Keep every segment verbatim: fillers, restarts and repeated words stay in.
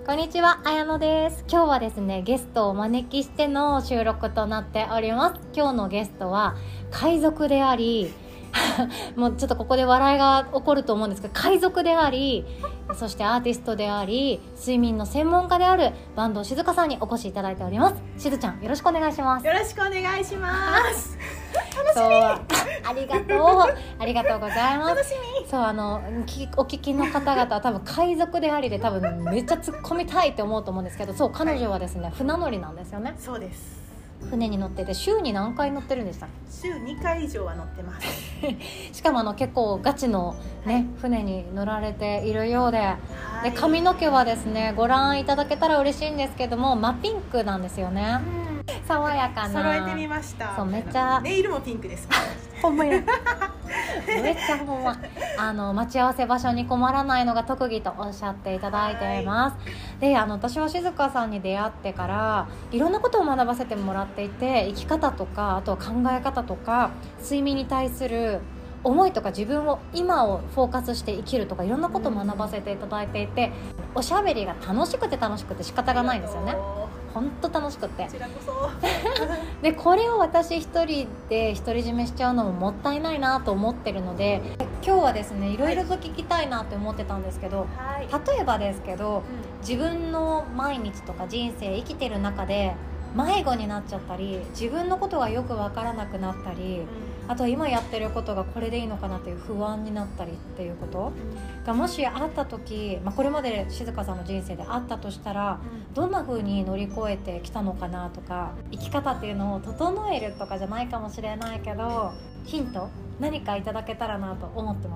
こんにちは、あやのです。今日はですね、ゲストをお招きしての収録となっております。今日のゲストは海賊でありもうちょっとここで笑いが起こると思うんですけど、海賊であり、そしてアーティストであり、睡眠の専門家である坂東静香さんにお越しいただいております。しずちゃん、よろしくお願いします。 よろしくお願いします楽しそうありがとうありがとうございます。 み楽しみそうあのお聞きの方々は多分海賊でありで多分めっちゃ突っ込みたいって思うと思うんですけど、そう彼女はですね、はい、船乗りなんですよね。 そうです。 船に乗ってて週に何回乗ってるんでしたっけ？週にかい以上は乗ってますしかもあの結構ガチの、ねはい、船に乗られているようで、はい、で髪の毛はですねご覧いただけたら嬉しいんですけども真ピンクなんですよね、うん、爽やかな揃えてみました。 そうめっちゃネイルもピンクですほんまやめっちゃほんまあの待ち合わせ場所に困らないのが特技とおっしゃっていただいています。であの私は静香さんに出会ってからいろんなことを学ばせてもらっていて、生き方とかあとは考え方とか睡眠に対する思いとか自分を今をフォーカスして生きるとかいろんなことを学ばせていただいていて、おしゃべりが楽しくて楽しくて仕方がないんですよね。本当楽しくて、こちらこそでこれを私一人で独り占めしちゃうのももったいないなと思ってるので、今日はですねいろいろと聞きたいなって思ってたんですけど、はい、例えばですけど、うん、自分の毎日とか人生生きてる中で迷子になっちゃったり自分のことがよく分からなくなったり、うん、あと今やってることがこれでいいのかなっていう不安になったりっていうことがもしあった時、まあ、これまで静香さんの人生であったとしたら、うん、どんな風に乗り越えてきたのかなとか、生き方っていうのを整えるとかじゃないかもしれないけどヒント何かいただけたらなと思ってます。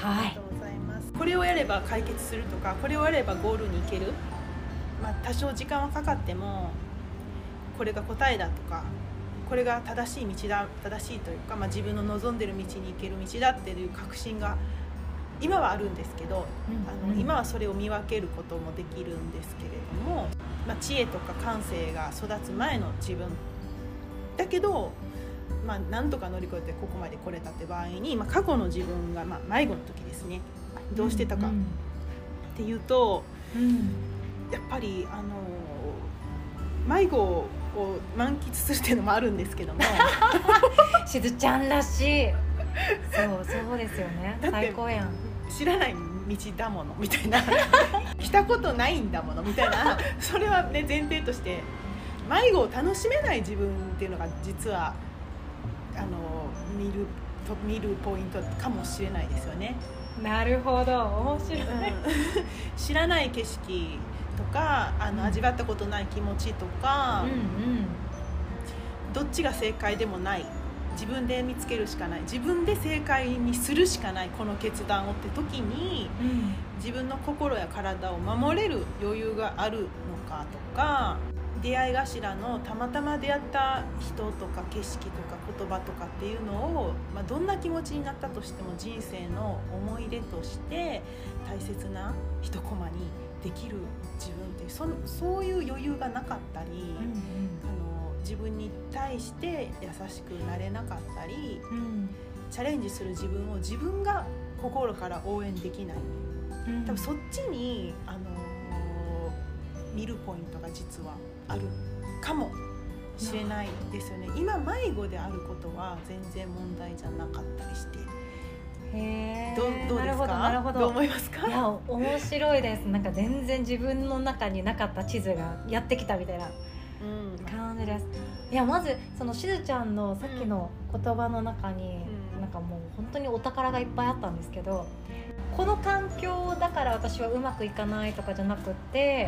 はい、はい、 ありがとうございます。これをやれば解決するとかこれをやればゴールに行ける、まあ、多少時間はかかってもこれが答えだとかこれが正しい道だ正しいというか、まあ、自分の望んでる道に行ける道だっていう確信が今はあるんですけど、うん、あの今はそれを見分けることもできるんですけれども、まあ、知恵とか感性が育つ前の自分だけど、まあ、なんとか乗り越えてここまで来れたって場合に、まあ、過去の自分が、まあ、迷子の時ですねどうしてたかっていうと、うんうん、やっぱりあの迷子を満喫するっていうのもあるんですけどもしずちゃんらしいそうそうですよね。最高やん。 知らない道だものみたいな来たことないんだものみたいなそれはね前提として迷子を楽しめない自分っていうのが実はあの見ると見るポイントかもしれないですよね。 なるほど、面白い、うん、 知らない景色とかあの、うん、味わったことない気持ちとか、うんうん、どっちが正解でもない、自分で見つけるしかない、自分で正解にするしかないこの決断をって時に、うん、自分の心や体を守れる余裕があるのかとか、出会い頭のたまたま出会った人とか景色とか言葉とかっていうのを、まあ、どんな気持ちになったとしても人生の思い出として大切な一コマにできる自分っていう そ, そういう余裕がなかったり、うんうん、あの自分に対して優しくなれなかったり、うん、チャレンジする自分を自分が心から応援できない、うん、多分そっちにあの見るポイントが実はあるかもしれないですよね。今迷子であることは全然問題じゃなかったりして、 へど, どうですか？ なるほどなるほど。 どう思いますか？ いや面白いです。なんか全然自分の中になかった地図がやってきたみたいな感じです、うん、いやまずそのしずちゃんのさっきの言葉の中に、うん、なんかもう本当にお宝がいっぱいあったんですけど、この環境だから私はうまくいかないとかじゃなくって、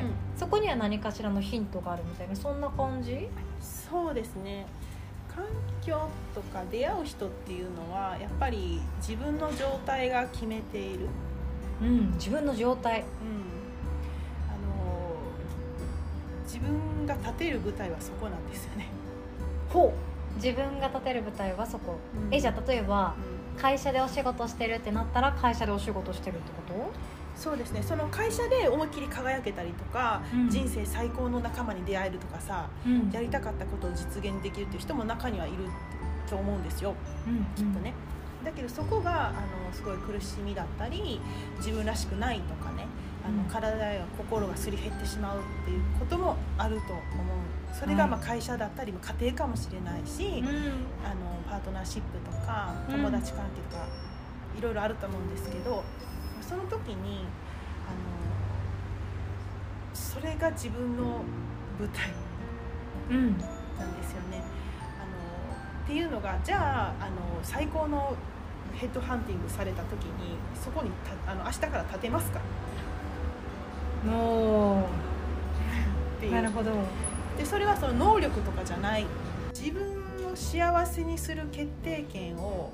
うん、そこには何かしらのヒントがあるみたいな、そんな感じ？そうですね。 環境とか出会う人っていうのはやっぱり自分の状態が決めている、 うん、自分の状態、うん、 あの自分が立てる舞台はそこなんですよね。 ほう、自分が立てる舞台はそこ、うん、えじゃあ例えば、うん、会社でお仕事してるってなったら会社でお仕事してるってこと？ そうですね。その会社で思いっきり輝けたりとか、うん、人生最高の仲間に出会えるとかさ、うん、やりたかったことを実現できるっていう人も中にはいると思うんですよ、うん、きっとね。 だけどそこがあのすごい苦しみだったり自分らしくないとかね、あの体や心がすり減ってしまうっていうこともあると思う。それがまあ会社だったり家庭かもしれないし、うん、あのパートナーシップとか友達関係とかいろいろあると思うんですけど、その時にあのそれが自分の舞台なんですよね、うん、あのっていうのがじゃあ、あの最高のヘッドハンティングされた時にそこにたあの明日から立てますかおっていう。 なるほど。 でそれはその能力とかじゃない、自分を幸せにする決定権を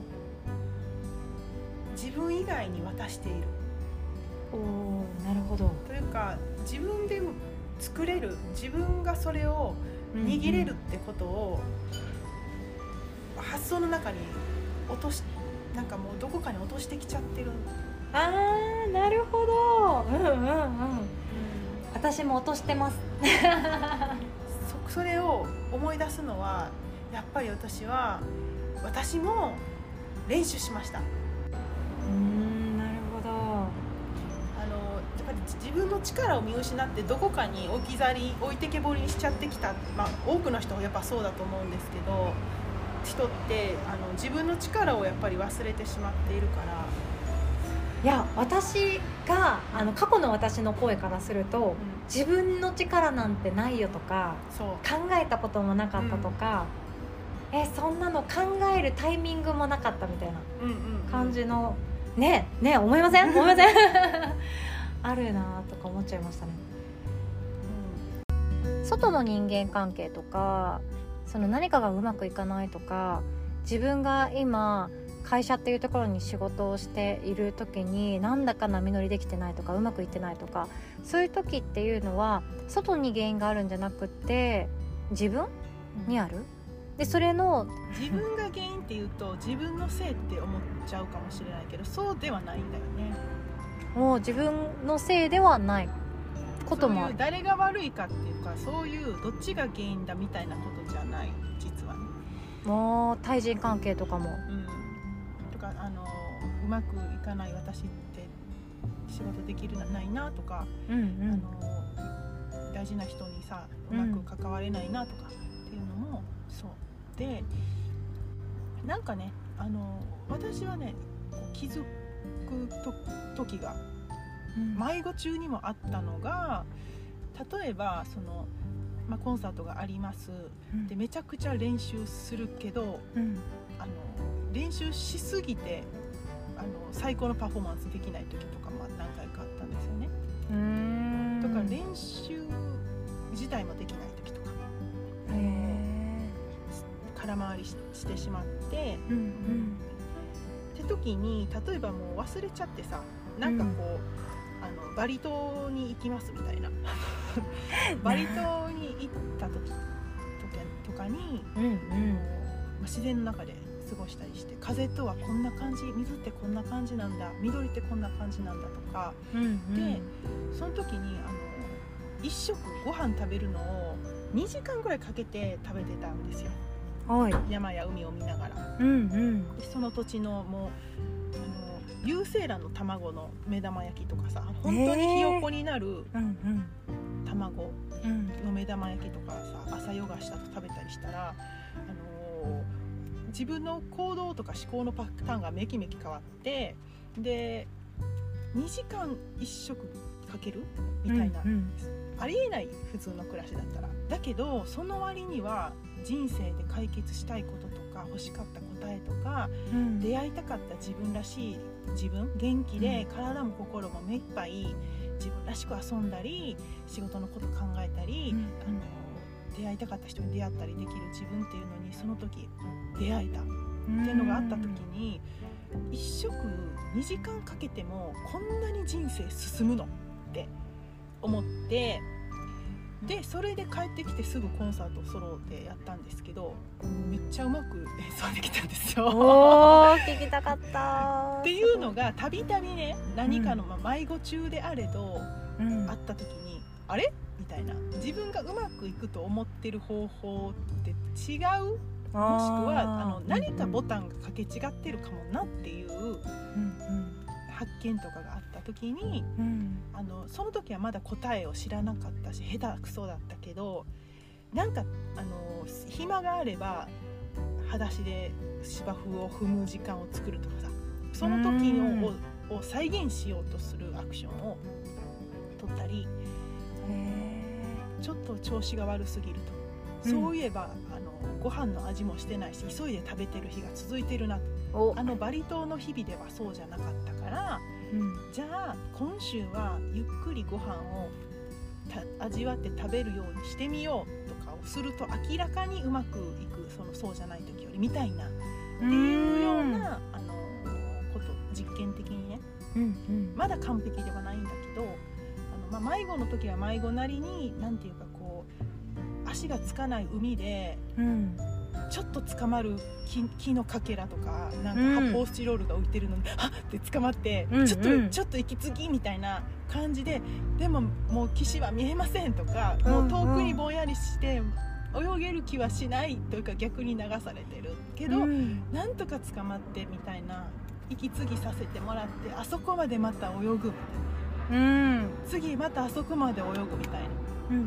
自分以外に渡している。 おなるほど。 というか自分で作れる、自分がそれを握れるってことを、うんうん、発想の中に落としなんかもうどこかに落としてきちゃってる。 あーなるほど、うんうんうん、うん、私も落としてますそ, それを思い出すのはやっぱり私は私も練習しました。 うーんなるほど。 あのやっぱり自分の力を見失ってどこかに置き去り置いてけぼりにしちゃってきた、まあ、多くの人はやっぱそうだと思うんですけど、人ってあの自分の力をやっぱり忘れてしまっているから。 いや私があの過去の私の声からすると、うん、自分の力なんてないよとかそう考えたこともなかったとか、うん、えそんなの考えるタイミングもなかったみたいな感じの、うんうんうん、ねね思いません思いませんあるなとか思っちゃいましたね、うん、外の人間関係とかその何かがうまくいかないとか、自分が今会社っていうところに仕事をしている時になんだか波乗りできてないとかうまくいってないとか、そういう時っていうのは外に原因があるんじゃなくって自分にある、でそれの自分が原因っていうと自分のせいって思っちゃうかもしれないけど、そうではないんだよね。 もう自分のせいではないこともある。 そういう誰が悪いかっていうか、そういうどっちが原因だみたいなことじゃない、実はね。 もう対人関係とかも、 うんあのうまくいかない私って仕事できるないなとか、うんうん、あの大事な人にさうまく関われないなとかっていうのも、うん、そうでなんかね、あの私はね気づくと時が、うん、迷子中にもあったのが、例えばその、まあ、コンサートがあります、うん、でめちゃくちゃ練習するけど、うん、あの練習しすぎてあの最高のパフォーマンスできない時とかも何回かあったんですよね。うーんだから練習自体もできない時とかへ空回り し, してしまって、うんうん、って時に例えばもう忘れちゃってさ、なんかこう、うん、あのバリ島に行きますみたいなバリ島に行った時とかに、うんうん、自然の中で過ごしたりして、風とはこんな感じ、水ってこんな感じなんだ、緑ってこんな感じなんだとか、うんうん、でその時にあの一食ご飯食べるのをにじかんぐらいかけて食べてたんですよ、はい、山や海を見ながら、うんうん、でその土地のもうあの有精卵の卵の目玉焼きとかさ、本当にひよこになる卵の目玉焼きとかさ、朝ヨガしたと食べたりしたら、あの自分の行動とか思考のパターンがめきめき変わって、でにじかん一食かけるみたいな、うんうん、ありえない普通の暮らしだったら。だけどその割には人生で解決したいこととか欲しかった答えとか、うん、出会いたかった自分らしい自分、元気で体も心も目いっぱい自分らしく遊んだり仕事のこと考えたり、うん、あの出会いたかった人に出会ったりできる自分っていうのにその時出会えたっていうのがあった時に、一食にじかんかけてもこんなに人生進むのって思って、でそれで帰ってきてすぐコンサートソロでやったんですけど、めっちゃうまく演奏できたんですよ。 おー聞きたかったっていうのがたびたびね、何かのまあ迷子中であれど、うん、あった時にあれみたいな、自分がうまくいくと思ってる方法って違うもしくはあの何かボタンがかけ違ってるかもなっていう発見とかがあった時に、うん、あのその時はまだ答えを知らなかったし下手くそだったけど、なんかあの暇があれば裸足で芝生を踏む時間を作るとかさ、その時のを、を再現しようとするアクションを取ったり、ちょっと調子が悪すぎると、うん、そういえばあのご飯の味もしてないし急いで食べてる日が続いてるなと、あのバリ島の日々ではそうじゃなかったから、うん、じゃあ今週はゆっくりご飯を味わって食べるようにしてみようとかをすると明らかにうまくいく、そのそうじゃない時よりみたいなっていうようなあのこと実験的にね、うんうん、まだ完璧ではないんだけど、あの、まあ、迷子の時は迷子なりになんていうかこう足がつかない海で、うん、ちょっと捕まる 木, 木のかけらとかなんか発泡スチロールが浮いてるのに、うん、はっって捕まって、うんうん、ちょっとちょっと息継ぎみたいな感じで、でももう岸は見えませんとか、うんうん、もう遠くにぼんやりして泳げる気はしないというか逆に流されてるけど、うん、なんとか捕まってみたいな、息継ぎさせてもらってあそこまでまた泳ぐみたいな、うん、次またあそこまで泳ぐみたいな、うんうん、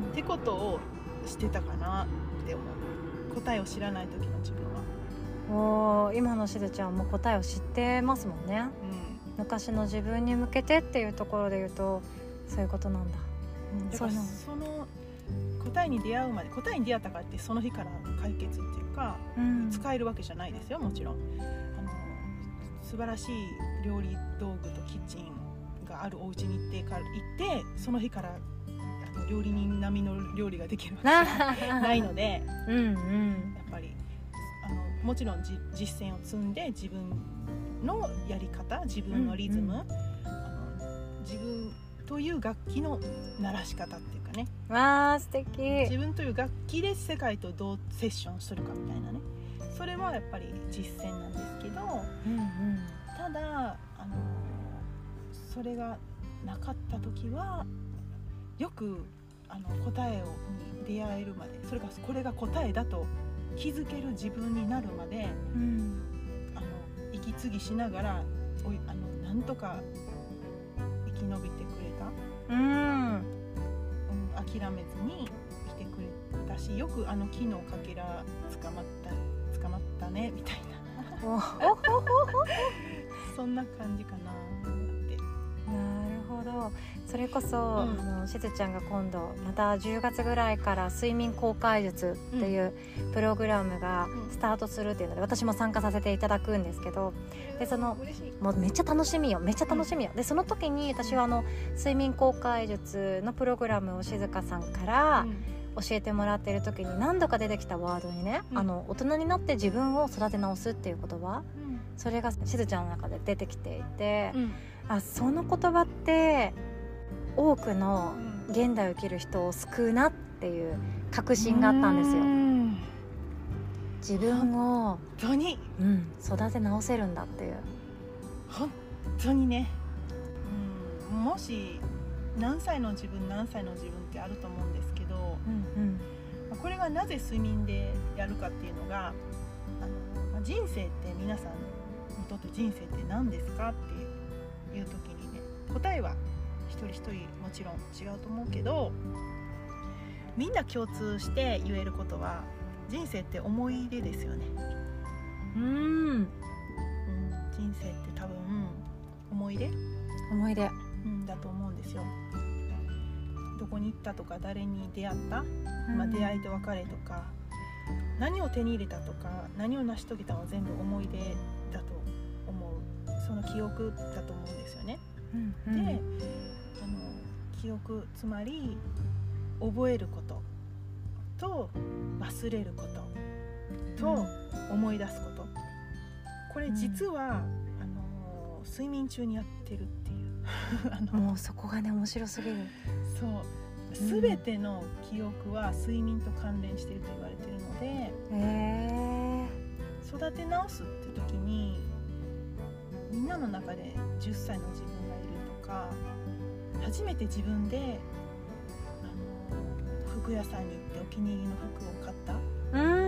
ってことをしてたかなって思う。答えを知らない時の自分は。 おー、今のしずちゃんも答えを知ってますもんね、うん、昔の自分に向けてっていうところで言うとそういうことなんだ、 うん、だからその答えに出会うまで、答えに出会ったからってその日から解決っていうか、うん、使えるわけじゃないですよ、もちろん。あの素晴らしい料理道具とキッチンがあるお家に行ってから行ってその日からあの料理人並みの料理ができるわけじゃないのでうん、うん、やっぱりあのもちろんじ実践を積んで自分のやり方、自分のリズム、うんうん、あの自分という楽器の鳴らし方っていうかね、 わー素敵。 自分という楽器で世界とどうセッションするかみたいなね、それはやっぱり実践なんですけど、うんうん、ただあのそれがなかった時はよくあの答えをに出会えるまで、それからこれが答えだと気づける自分になるまで、うん、あの息継ぎしながらおいあのなんとか生き延びてくれた、うんうん、諦めずに来てくれたし、よくあの木のかけら捕まった捕まったねみたいなそんな感じかなって。 なるほど。それこそ、うん、あのしずちゃんが今度またじゅうがつぐらいから睡眠公開術っていうプログラムがスタートするっていうので、私も参加させていただくんですけど、でそのもうめっちゃ楽しみよめっちゃ楽しみよ、うん、でその時に私はあの睡眠公開術のプログラムをしずかさんから教えてもらっている時に何度か出てきたワードにね、うん、あの大人になって自分を育て直すっていう言葉、うん、それがしずちゃんの中で出てきていて、うん、あその言葉って多くの現代を生きる人を救うなっていう確信があったんですよ。自分を本当に、 うん、育て直せるんだっていう。 本当にね、うん、もし何歳の自分何歳の自分ってあると思うんですけど、うんうん、これがなぜ睡眠でやるかっていうのが、あの人生って皆さんにとって人生って何ですかっていう時にね、答えは一人一人もちろん違うと思うけど、みんな共通して言えることは人生って思い出ですよね。うん、うん、人生って多分思い出思い出、 うん、だと思うんですよ。どこに行ったとか誰に出会った、まあ、出会いと別れとか、何を手に入れたとか何を成し遂げたのは全部思い出だと思う。その記憶だと思うんですよね。うんうん、であの記憶、つまり覚えることと忘れることと思い出すこと、これ実は、うん、あの睡眠中にやってるっていうあのもうそこがね面白すぎる。 そう全ての記憶は睡眠と関連していると言われているので、えー、育て直すって時にみんなの中でじゅっさいの自分がいるとか、初めて自分であの服屋さんに行ってお気に入りの服を買った、うん、もらった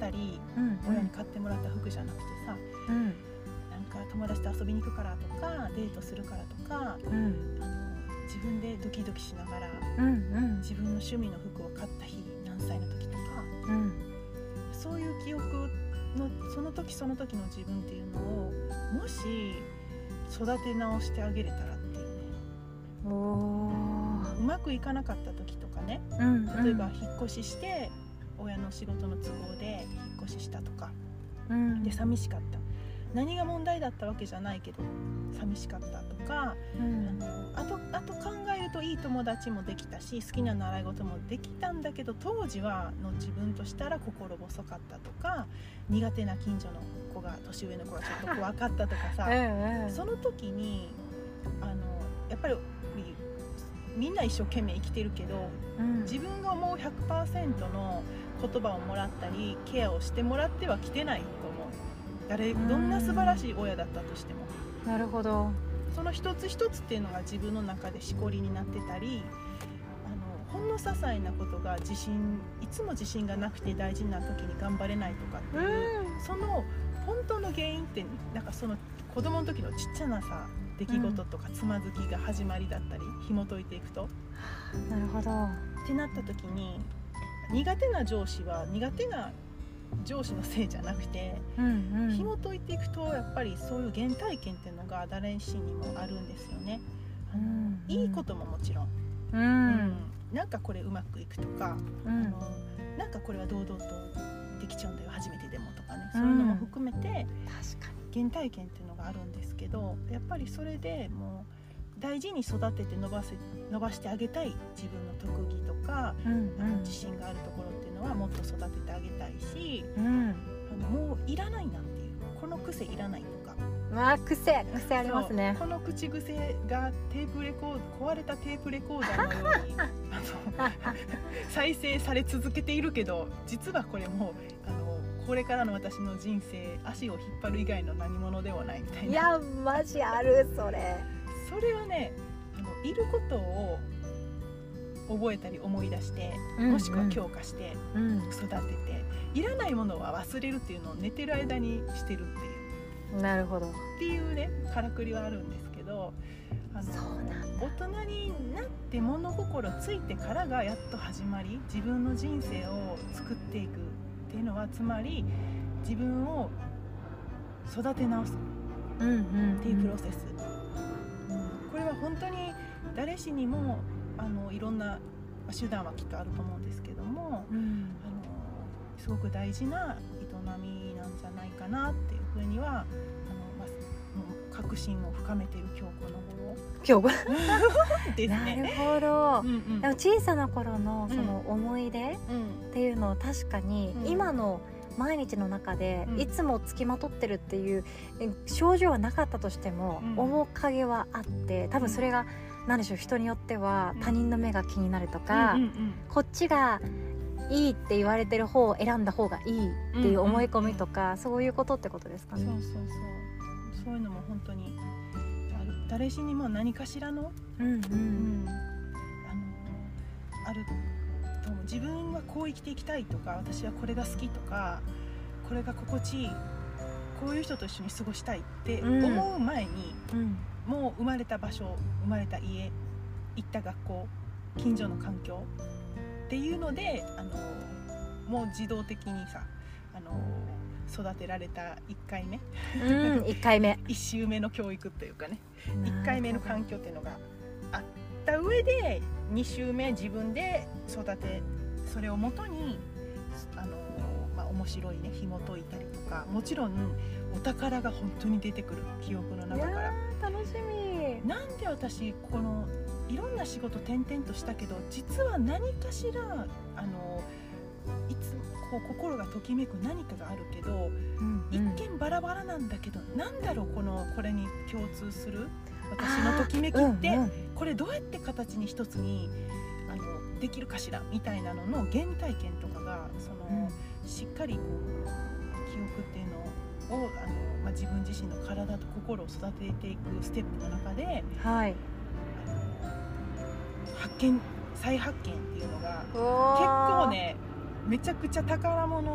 たり、 うんうん、 親に買ってもらった服じゃなくてさ、 うん、 なんか友達と遊びに行くからとかデートするからとか、 うん、 あの自分でドキドキしながら、 うんうん、 自分の趣味の服を買った日何歳の時とか、 うん、 そういう記憶のその時その時の自分っていうのをもし育て直してあげれたらっていうね。 おうまくいかなかった時とかね、 うんうん、 例えば引っ越しして親の仕事の都合で引っ越ししたとか、 うん、 で寂しかった、何が問題だったわけじゃないけど寂しかったとか、 うん、 あのあと、あと考えるといい友達もできたし好きな習い事もできたんだけど、当時はの自分としたら心細かったとか、苦手な近所の子が年上の子がちょっと怖かったとかさうんうん、 その時にあのやっぱりみんな一生懸命生きてるけど、うん、自分が思う ひゃくパーセント の言葉をもらったりケアをしてもらってはきてないと思う。誰どんな素晴らしい親だったとしても。 なるほど。 その一つ一つっていうのが自分の中でしこりになってたり、あのほんの些細なことが自信いつも自信がなくて大事な時に頑張れないとかっていう、うん、その本当の原因ってなんかその子供の時のちっちゃなさ出来事とかつまずきが始まりだったり、うん、紐解いていくと、 なるほどってなった時に苦手な上司は苦手な上司のせいじゃなくて、うんうん、紐解いていくとやっぱりそういう原体験っていうのが誰しにもあるんですよね。あの、うんうん、いいことももちろん、うんうん、なんかこれうまくいくとか、うん、あのなんかこれは堂々とできちゃうんだよ初めてでもとかね、そういうのも含めて、うん、確かに原体験っていうのがあるんですけど、やっぱりそれでもう大事に育てて伸ばせ伸ばしてあげたい自分の特技とか、うんうん、あの自信があるところっていうのはもっと育ててあげたいし、うん、あのもういらないなっていう、この癖いらないとか、 まあ癖癖ありますね。 この口癖がテープレコード壊れたテープレコーダーのようにあの再生され続けているけど、実はこれもうあのこれからの私の人生足を引っ張る以外の何者ではないみたいな。 いやマジあるそれ。 それはね、あのいることを覚えたり思い出して、うんうん、もしくは強化して育てて、うん、いらないものは忘れるっていうのを寝てる間にしてるっていう。 なるほど。 っていうねからくりはあるんですけど、あのそうなんだ。 大人になって物心ついてからがやっと始まり、自分の人生を作っていくっていうのは、つまり自分を育て直すっていうプロセス、うんうんうん、これは本当に誰しにもあのいろんな手段はきっとあると思うんですけども、うん、あのすごく大事な営みなんじゃないかなっていうふうには、あの、まあ、確信を深めている京子の方京子ですね。 なるほど、うんうん、でも小さな頃のその思い出っていうのを確かに今の毎日の中でいつもつきまとってるっていう症状はなかったとしても、うん、面影はあって、多分それが何でしょう、人によっては他人の目が気になるとか、うんうんうん、こっちがいいって言われてる方を選んだ方がいいっていう思い込みとか、うんうんうん、そういうことってことですかね。 そうそうそう、そういうのも本当にある、誰しにも何かしらの、うんうんうん、あのあると思う。自分はこう生きていきたいとか、私はこれが好きとか、これが心地いい、こういう人と一緒に過ごしたいって思う前に、うんうん、もう生まれた場所、生まれた家、行った学校、近所の環境っていうので、あのもう自動的にさ、あの育てられたいっかいめ、 うん、いっかいめいち周目の教育というかね、いっかいめの環境っていうのがあった上でに周目自分で育て、それをもとにあの、まあ、面白いね紐解いたりとか、もちろんお宝が本当に出てくる、記憶の中から。いや楽しみ。 なんで私このいろんな仕事転々としたけど、実は何かしらあのいつもこう心がときめく何かがあるけど、うんうん、一見バラバラなんだけど、なんだろう、このこれに共通する私のときめきって、うんうん、これどうやって形に一つにあのできるかしらみたいなのの原体験とかが、その、うん、しっかりこう記憶っていうのをあの、まあ、自分自身の体と心を育てていくステップの中で、はい、発見再発見っていうのが結構ねめちゃくちゃ宝物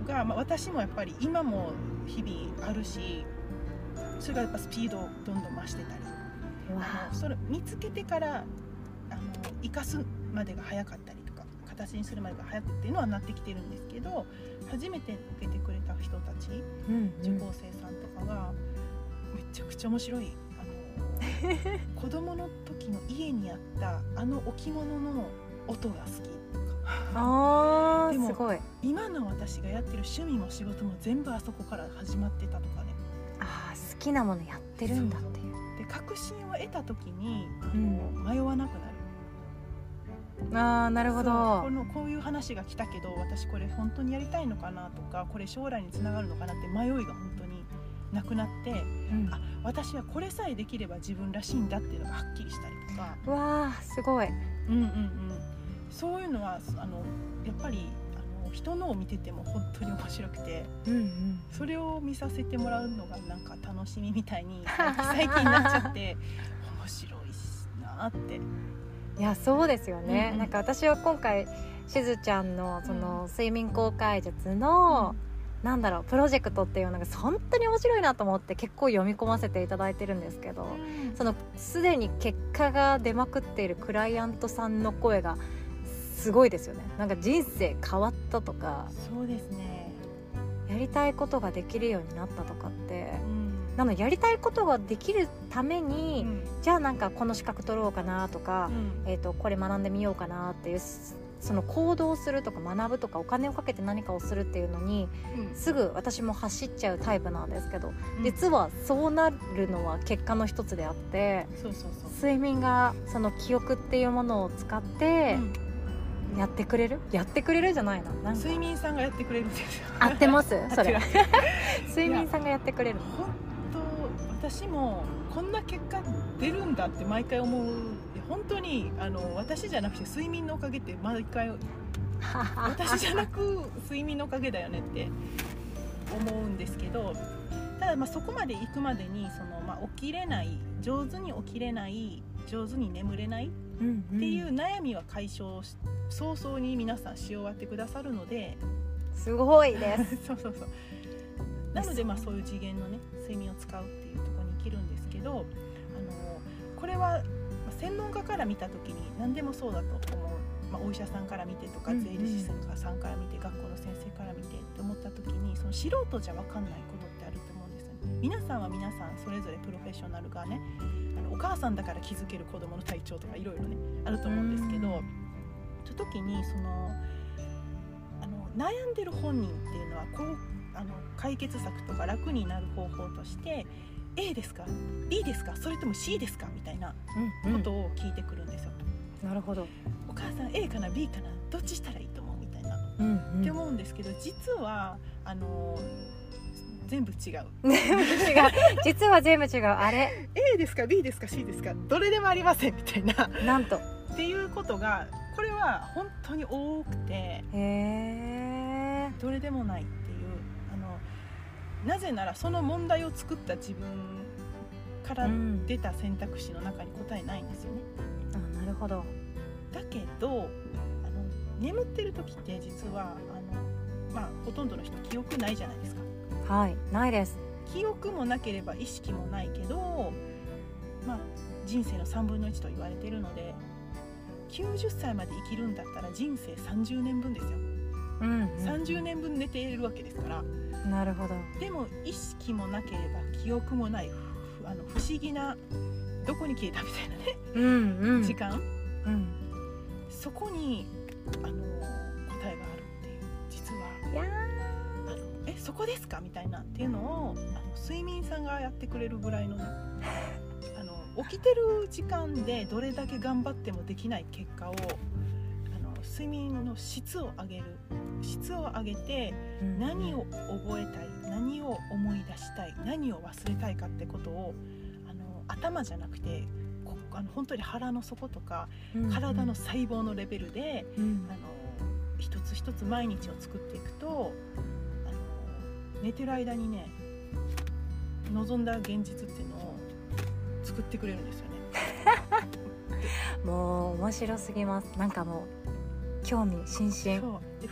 が、まあ、私もやっぱり今も日々あるし、それがやっぱスピードをどんどん増してたり、あのそれ見つけてからあの生かすまでが早かったりとか形にするまでが早くっていうのはなってきてるんですけど、初めて受けてくれた人たち、うんうん、受講生さんとかがめちゃくちゃ面白い、あの子供の時の家にあったあの置物の音が好きとかあでもすごい、 今の私がやってる趣味も仕事も全部あそこから始まってたとかね。 あ好きなものやってるんだっていうで確信を得た時に、うん、迷わなくなる。 あーなるほど。 このこういう話が来たけど私これ本当にやりたいのかなとか、これ将来につながるのかなって迷いが本当になくなって、うん、あ私はこれさえできれば自分らしいんだっていうのがはっきりしたりとか。 わーすごい、 うんうんうん、そういうのはあのやっぱりあの人のを見てても本当に面白くて、うんうん、それを見させてもらうのがなんか楽しみみたいに最近になっちゃって面白いなって。 いやそうですよね、うんうん、なんか私は今回しずちゃんのその睡眠公開術の、うん、なんだろうプロジェクトっていうのが本当に面白いなと思って結構読み込ませていただいてるんですけど、うん、そのすでに結果が出まくっているクライアントさんの声がすごいですよね。なんか人生変わったとか、 そうですね、 やりたいことができるようになったとかって、うんなのでやりたいことができるために、うん、じゃあなんかこの資格取ろうかなとか、うんえー、とこれ学んでみようかなっていうその行動するとか学ぶとかお金をかけて何かをするっていうのに、うん、すぐ私も走っちゃうタイプなんですけど、うん、実はそうなるのは結果の一つであって、そうそうそう睡眠がその記憶っていうものを使って、うん、やってくれるやってくれるじゃないのなんか睡眠さんがやってくれるんですよ。 合ってますそれ睡眠さんがやってくれるの。 私もこんな結果出るんだって毎回思う。本当にあの私じゃなくて睡眠のおかげって毎回私じゃなく睡眠のおかげだよねって思うんですけど、ただまあそこまで行くまでにその、まあ、起きれない上手に起きれない上手に眠れないっていう悩みは解消し早々に皆さんし終わってくださるので、 すごいですそうそうそうなのでまあそういう次元のね睡眠を使うっていうところに生きるんですけど、あのこれは専門家から見た時に何でもそうだと思う、まあ、お医者さんから見てとか税理士さんから見て、うんうん、学校の先生から見てって思った時にその素人じゃ分かんないことってあると思うんですよね。皆さんは皆さんそれぞれプロフェッショナルがね、あのお母さんだから気づける子どもの体調とかいろいろねあると思うんですけど、うん、と時にそのあの悩んでる本人っていうのはこうあの解決策とか楽になる方法として A ですか B ですかそれとも C ですかみたいなことを聞いてくるんですよ、 うんうん、なるほど。 お母さん A かな B かなどっちしたらいいと思うみたいな、うんうん、って思うんですけど、実はあの全部違う全部違う実は全部違う。あれ A ですか B ですか C ですかどれでもありませんみたいななんとっていうことがこれは本当に多くて、へーどれでもないっていう、あのなぜならその問題を作った自分から出た選択肢の中に答えないんですよね、 うん、あなるほど。 だけどあの眠ってる時って実はあの、まあ、ほとんどの人記憶ないじゃないですか。 はい、ないです。 記憶もなければ意識もないけど、まあ、人生のさんぶんのいちと言われているのできゅうじゅっさいまで生きるんだったら人生さんじゅうねんぶんですよ、うんうん、さんじゅうねんぶん寝ているわけですから。 なるほど。 でも意識もなければ記憶もないあの不思議などこに消えたみたいなね、うんうん、時間、うん、そこにあの答えがあるっていう実はいやあのえそこですかみたいなっていうのをあの睡眠さんがやってくれるぐらいのねあの起きてる時間でどれだけ頑張ってもできない結果をあの睡眠の質を上げる質を上げて何を覚えたい何を思い出したい何を忘れたいかってことをあの頭じゃなくてこあの本当に腹の底とか、うんうん、体の細胞のレベルで、うん、あの一つ一つ毎日を作っていくとあの寝てる間にね望んだ現実っていうのを作ってくれるんですよねもう面白すぎます。なんかもう興味津々。 そうで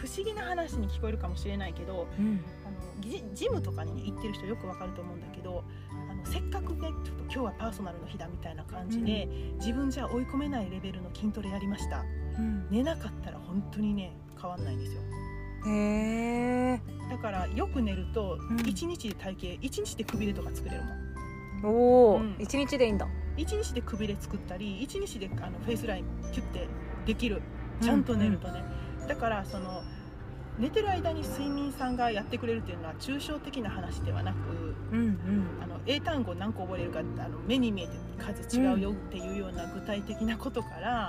不思議な話に聞こえるかもしれないけど、 うん、 あのジ, ジムとかに、ね、行ってる人よくわかると思うんだけど、あのせっかくねちょっと今日はパーソナルの日だみたいな感じで、うん、自分じゃ追い込めないレベルの筋トレやりました、うん、寝なかったら本当にね変わんないんですよ。 へー。 だからよく寝るといちにちで体型、いちにちでくびれとか作れるもん。 おお、 うん、 いちにちでいいんだ。 いちにちでくびれ作ったり、いちにちであのフェイスラインキュッてできる、ちゃんと寝るとね、うんうん、だからその寝てる間に睡眠さんがやってくれるっていうのは抽象的な話ではなく、うんうん、あの英単語何個覚えれるかって、あの目に見えて数違うよっていうような具体的なことから、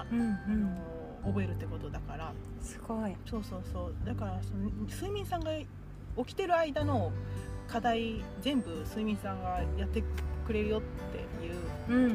うんうん、あの覚えるってことだから。 すごい。 そうそうそう、だからその睡眠さんが起きてる間の課題全部睡眠さんがやってくれるよっていう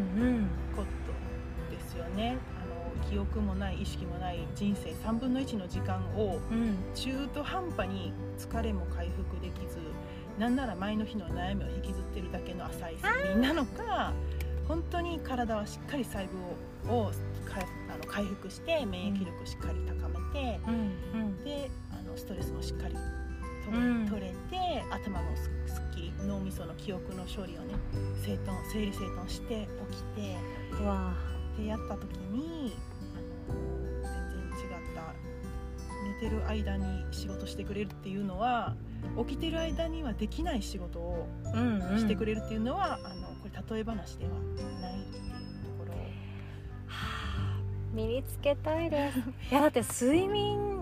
ことですよね。あの記憶もない意識もない人生さんぶんのいちの時間を中途半端に疲れも回復できず、なんなら前の日の悩みを引きずってるだけの浅い睡眠なのか、本当に体はしっかり細胞をかあの回復して免疫力しっかり高めて、うんうん、であのストレスもしっかり取れ、うん、取れて、頭も す, すっきり、脳みその記憶の処理をね整頓整理整頓して起きて、うわでやった時にあの全然違った、寝てる間に仕事してくれるっていうのは、起きてる間にはできない仕事をしてくれるっていうのは、うんうん、あのこれ例え話ではないっていうところを、はあ、身につけたいですいやだって睡眠、うん、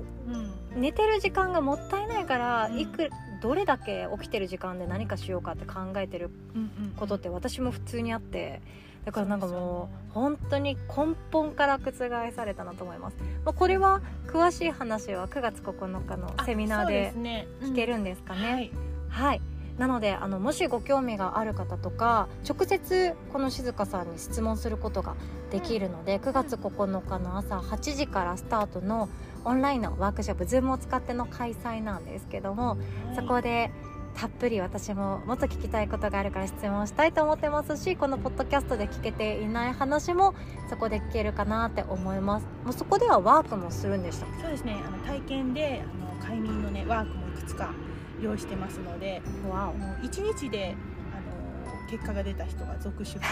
寝てる時間がもったいないから、うん、いくどれだけ起きてる時間で何かしようかって考えてることって私も普通にあって、だからなんかもう本当に根本から覆されたなと思います。まあ、これは詳しい話はくがつここのかのセミナーで聞けるんですかね。うん、はい、はい、なのであのもしご興味がある方とか、直接この静香さんに質問することができるので、くがつここのかの朝はちじからスタートのオンラインのワークショップ Zoom を使っての開催なんですけども、はい、そこでたっぷり私ももっと聞きたいことがあるから質問したいと思ってますし、このポッドキャストで聞けていない話もそこで聞けるかなって思います。もうそこではワークもするんでした？ そうですね、あの体験であの快眠のねワークもいくつか用意してますので、わお、あのいちにちであの結果が出た人が続出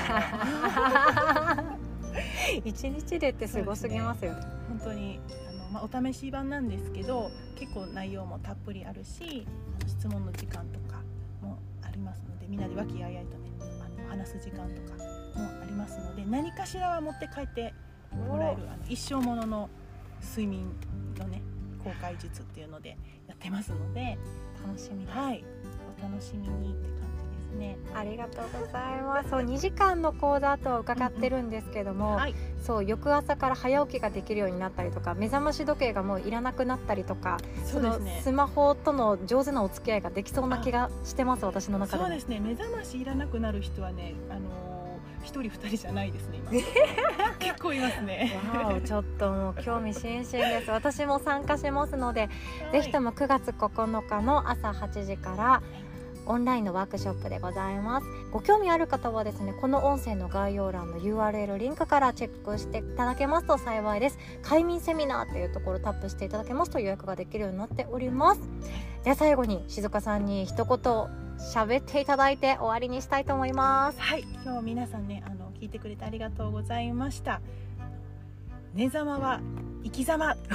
いちにちでってすごすぎますよね。 本当にあの、まあ、お試し版なんですけど、結構内容もたっぷりあるし、質問の時間とかもありますので、みんなで和気あいあいとねあの話す時間とかもありますので、何かしらは持って帰ってもらえる、あの一生ものの睡眠のね公開術っていうのでやってますので、 楽しみです。 はい、お楽しみにって感じですね。 ありがとうございます。そうにじかんの講座と伺ってるんですけども、うんうん、はい、そう翌朝から早起きができるようになったりとか、目覚まし時計がもういらなくなったりとか、そのスマホとの上手なお付き合いができそうな気がしてます、私の中でも。 そうですね、目覚ましいらなくなる人はね、あのー、ひとりふたりじゃないですね今結構いますね。 わお、ちょっともう興味津々です。私も参加しますので、はい、ぜひともくがつここのかの朝はちじからオンラインのワークショップでございます。ご興味ある方はですね、この音声の概要欄の ユーアールエル リンクからチェックしていただけますと幸いです。快眠セミナーっていうところをタップしていただけますと予約ができるようになっております。では最後に静香さんに一言喋っていただいて終わりにしたいと思います。 はい、今日皆さんね、あの聞いてくれてありがとうございました。寝ざまは生きざま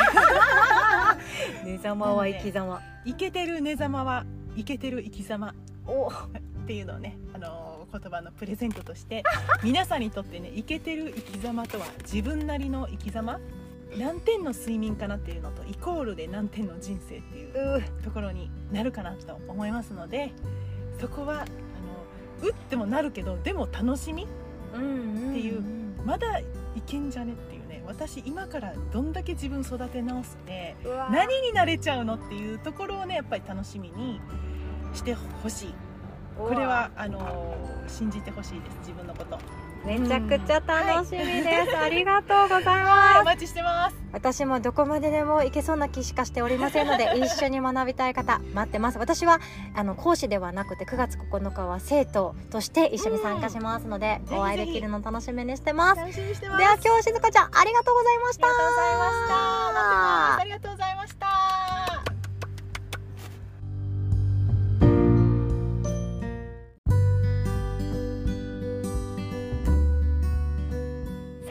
寝ざまは生きざま、 イケてる寝ざまはイケてる生き様をっていうのをね、あのー、言葉のプレゼントとして皆さんにとってね、イケてる生き様とは自分なりの生き様、何点の睡眠かなっていうのとイコールで何点の人生っていうところになるかなと思いますので、そこはあの打ってもなるけどでも楽しみっていう、まだいけんじゃねっていうね、私今からどんだけ自分育て直して何になれちゃうのっていうところをね、やっぱり楽しみにしてほしい。これはあのー、信じてほしいです、自分のこと。 めちゃくちゃ楽しみです、はい、ありがとうございます、 はい、お待ちしてます。 私もどこまででもいけそうな気しかしておりませんので一緒に学びたい方待ってます。私はあの講師ではなくてくがつここのかは生徒として一緒に参加しますので、うん、お会いできるの楽しみにしてます。 楽しみにしてます。 では今日静香ちゃんありがとうございました。 ありがとうございました。ありがとうございました。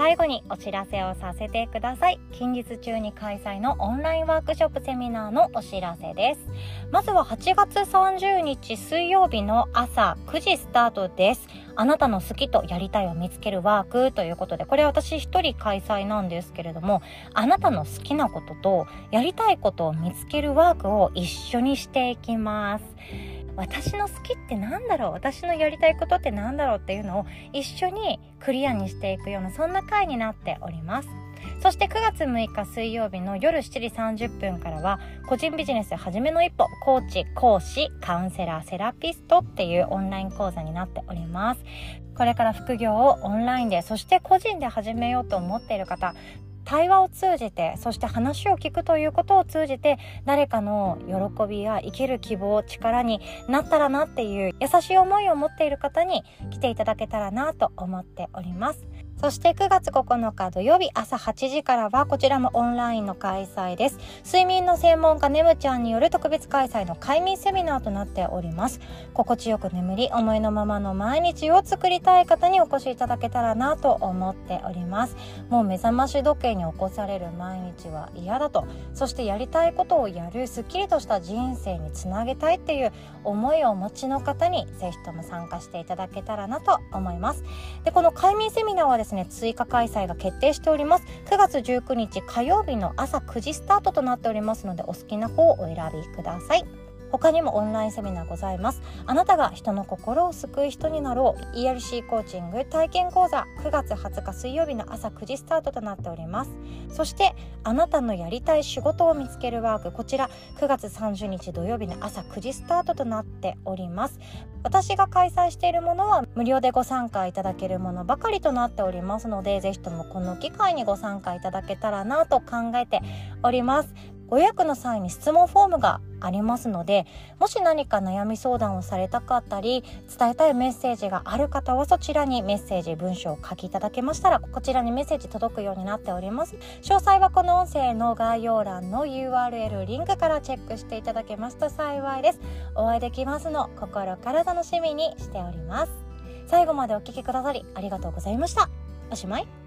最後にお知らせをさせてください。近日中に開催のオンラインワークショップセミナーのお知らせです。まずははちがつさんじゅうにち水曜日の朝くじスタートです。あなたの好きとやりたいを見つけるワークということで、これ私一人開催なんですけれども、あなたの好きなこととやりたいことを見つけるワークを一緒にしていきます。私の好きってなんだろう、私のやりたいことってなんだろうっていうのを一緒にクリアにしていくような、そんな回になっております。そしてくがつむいか水曜日の夜しちじさんじゅっぷんからは、個人ビジネスはじめの一歩、コーチ、講師、カウンセラー、セラピストっていうオンライン講座になっております。これから副業をオンラインで、そして個人で始めようと思っている方、対話を通じて、そして話を聞くということを通じて、誰かの喜びや生きる希望、力になったらなっていう優しい思いを持っている方に来ていただけたらなと思っております。そしてくがつここのか土曜日朝はちじからは、こちらもオンラインの開催です。睡眠の専門家ねむちゃんによる特別開催の快眠セミナーとなっております。心地よく眠り、思いのままの毎日を作りたい方にお越しいただけたらなと思っております。もう目覚まし時計に起こされる毎日は嫌だと、そしてやりたいことをやる、すっきりとした人生につなげたいっていう思いをお持ちの方にぜひとも参加していただけたらなと思います。で、この快眠セミナーはですね、追加開催が決定しております。くがつじゅうくにち火曜日の朝くじスタートとなっておりますので、お好きな方をお選びください。他にもオンラインセミナーございます。あなたが人の心を救う人になろう イーエルシー コーチング体験講座、くがつはつか水曜日の朝くじスタートとなっております。そしてあなたのやりたい仕事を見つけるワーク、こちらくがつさんじゅうにち土曜日の朝くじスタートとなっております。私が開催しているものは無料でご参加いただけるものばかりとなっておりますので、ぜひともこの機会にご参加いただけたらなと考えております。ご予約の際に質問フォームがありますので、もし何か悩み相談をされたかったり、伝えたいメッセージがある方はそちらにメッセージ、文章を書きいただけましたら、こちらにメッセージ届くようになっております。詳細はこの音声の概要欄の ユーアールエル リンクからチェックしていただけますと幸いです。お会いできますの心から楽しみにしております。最後までお聞きくださりありがとうございました。おしまい。